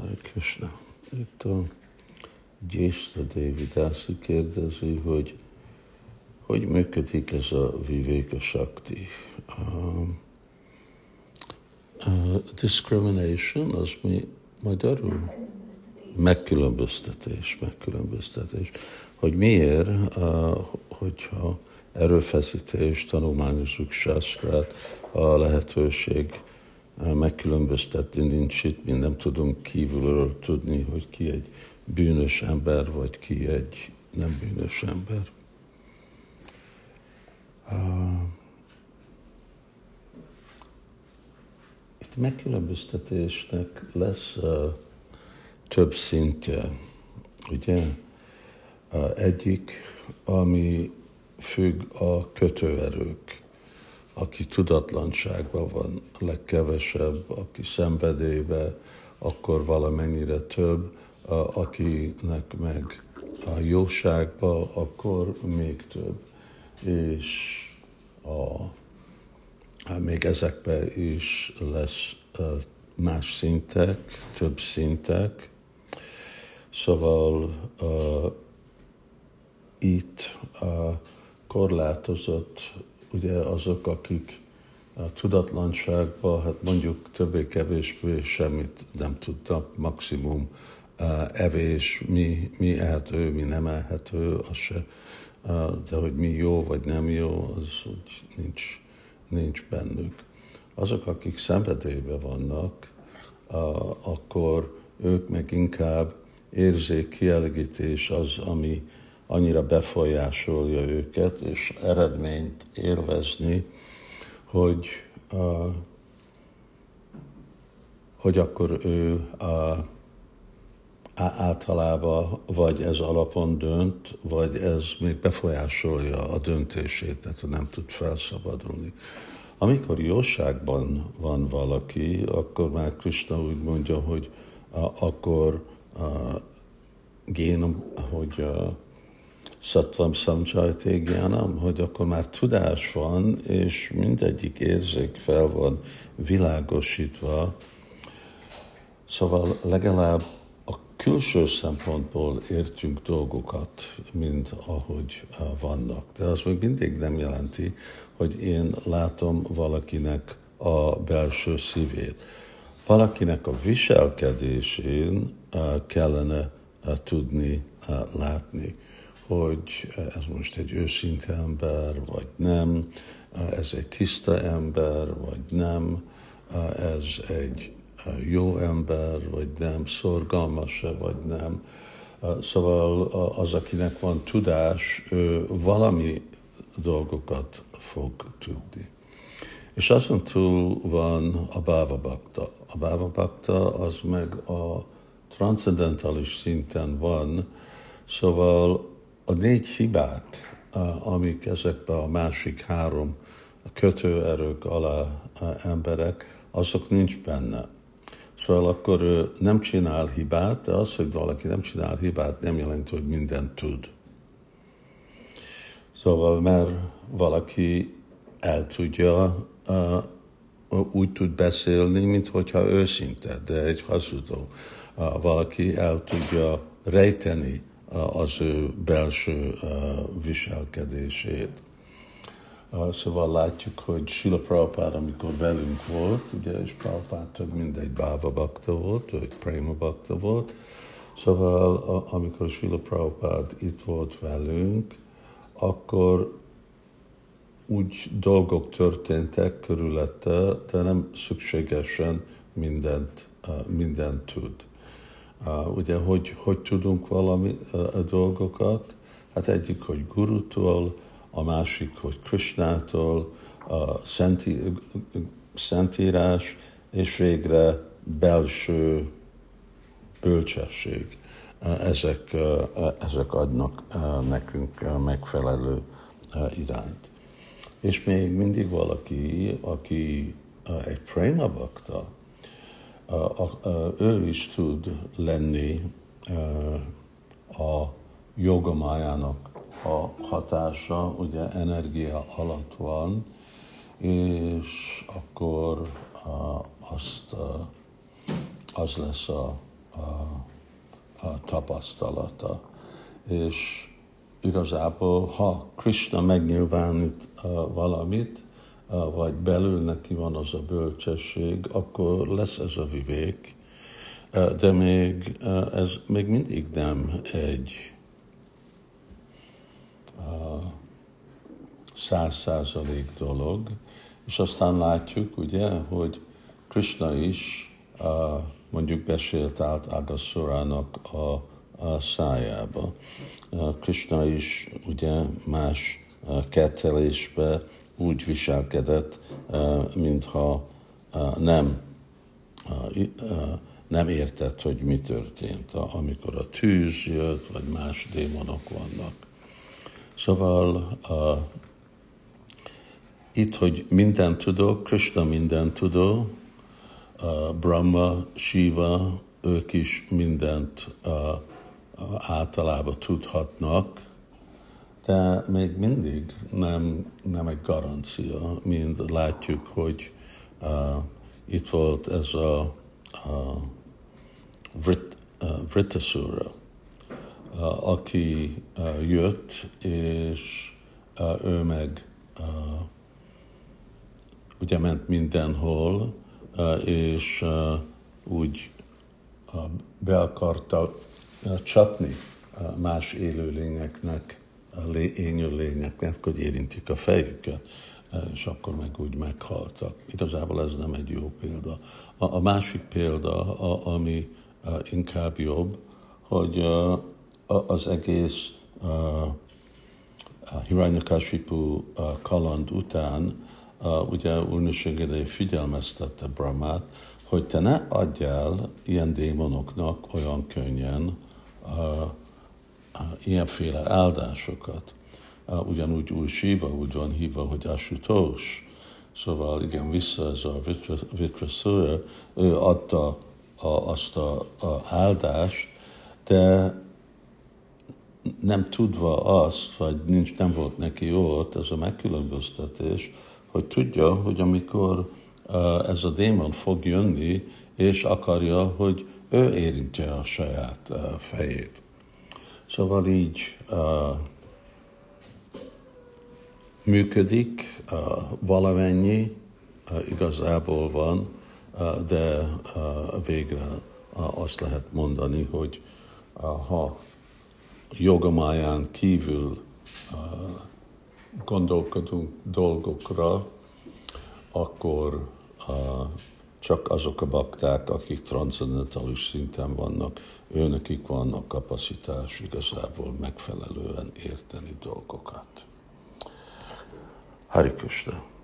Hare Krishna. Itt a Gyészta Dévidászi kérdezi, hogy működik ez a Viveka Shakti. Discrimination, az magyarul? Megkülönböztetés. Hogy miért, hogyha erőfeszítés, tanulmányozunk sásztrát, a lehetőség megkülönböztetni nincs itt, mi nem tudunk kívülről tudni, hogy ki egy bűnös ember, vagy ki egy nem bűnös ember. Itt megkülönböztetésnek lesz több szintje, ugye? Egyik, ami függ a kötőerők, aki tudatlanságban van legkevesebb, aki szenvedélybe, akkor valamennyire több, akinek meg a jóságba, akkor még több. És még ezekben is lesz más szintek, több szintek. Szóval itt korlátozott ugye azok, akik a tudatlanságban, hát mondjuk többé-kevésbé semmit nem tudtak, maximum evés, mi ehető, mi nem ehető, az se, de hogy mi jó vagy nem jó, az úgy nincs bennük. Azok, akik szenvedélyben vannak, akkor ők meg inkább kielégítés az, ami annyira befolyásolja őket, és eredményt élvezni, hogy akkor ő általában vagy ez alapon dönt, vagy ez még befolyásolja a döntését, tehát nem tud felszabadulni. Amikor jóságban van valaki, akkor már Krishna úgy mondja, hogy akkor génum, hogy Sattvam Samjayate Gyánam, hogy akkor már tudás van, és mindegyik érzék fel van világosítva. Szóval legalább a külső szempontból értünk dolgokat, mint ahogy vannak. De az még mindig nem jelenti, hogy én látom valakinek a belső szívét. Valakinek a viselkedésén kellene tudni látni, hogy ez most egy őszinte ember, vagy nem, ez egy tiszta ember, vagy nem, ez egy jó ember, vagy nem, szorgalmas-e, vagy nem. Szóval az, akinek van tudás, ő valami dolgokat fog tudni. És azon túl van a Bhava Bhakta. A Bhava Bhakta az meg a transzendentális szinten van, szóval a 4 hibák, amik ezekben a másik 3 kötőerők alá emberek, azok nincs benne. Szóval akkor ő nem csinál hibát, de az, hogy valaki nem csinál hibát, nem jelenti, hogy mindent tud. Szóval mert valaki el tudja, úgy tud beszélni, mint hogyha őszinte, de egy hazudó. Valaki el tudja rejteni az ő belső viselkedését. Szóval látjuk, hogy Srila Prabhupád, amikor velünk volt, ugye, és Prabhupád több mint egy Bhava Bhakta volt, vagy Prema Bhakta volt, szóval amikor Srila Prabhupád itt volt velünk, akkor úgy dolgok történtek körülötte, de nem szükségesen mindent tud. Ugye, hogy tudunk valami dolgokat? Hát egyik, hogy Gurutól, a másik, hogy Krishnától, a Szentírás, és végre belső bölcsesség. Ezek adnak nekünk megfelelő irányt. És még mindig valaki, aki egy Prema Bhakta, ő is tud lenni a jogamájának a hatása, ugye energia alatt van, és akkor az lesz a tapasztalata. És igazából, ha Krishna megnyilvánít valamit, vagy belül neki van az a bölcsesség, akkor lesz ez a vivék, de még ez még mindig nem egy 100% dolog, és aztán látjuk, ugye, hogy Krishna is mondjuk beszélt át Aghasurának a szájába. Krishna is ugye más kettelésbe úgy viselkedett, mintha nem értett, hogy mi történt, amikor a tűz jött, vagy más démonok vannak. Szóval itt, hogy minden tudó, Krishna minden tudó, Brahma, Shiva, ők is mindent általában tudhatnak, de még mindig nem egy garancia, mint látjuk, hogy itt volt ez a Vritrasura, aki jött, és ő meg ugye ment mindenhol, és úgy be akarta csapni más élőlényeknek, élőlényeknek, hogy érintik a fejüket, és akkor meg úgy meghaltak. Igazából ez nem egy jó példa. A másik példa, ami inkább jobb, hogy az egész Hiranyakashipu kaland után ugye Úr Nrisimha figyelmeztette Brahmát, hogy te ne adjál ilyen démonoknak olyan könnyen ilyenféle áldásokat. Ugyanúgy Úr Shiva úgy van hívva, hogy Ashutosh. Szóval igen, vissza ez a Vritrasura, ő adta azt a áldást, de nem tudva azt, vagy nem volt neki ott ez a megkülönböztetés, hogy tudja, hogy amikor ez a démon fog jönni, és akarja, hogy ő érintse a saját fejét. Szóval így működik, valamennyi igazából van, de végre azt lehet mondani, hogy ha jogamáján kívül gondolkodunk dolgokra, akkor csak azok a bakták, akik transzendentális szinten vannak, őnekik vannak kapacitás igazából megfelelően érteni dolgokat. Hari Krishna.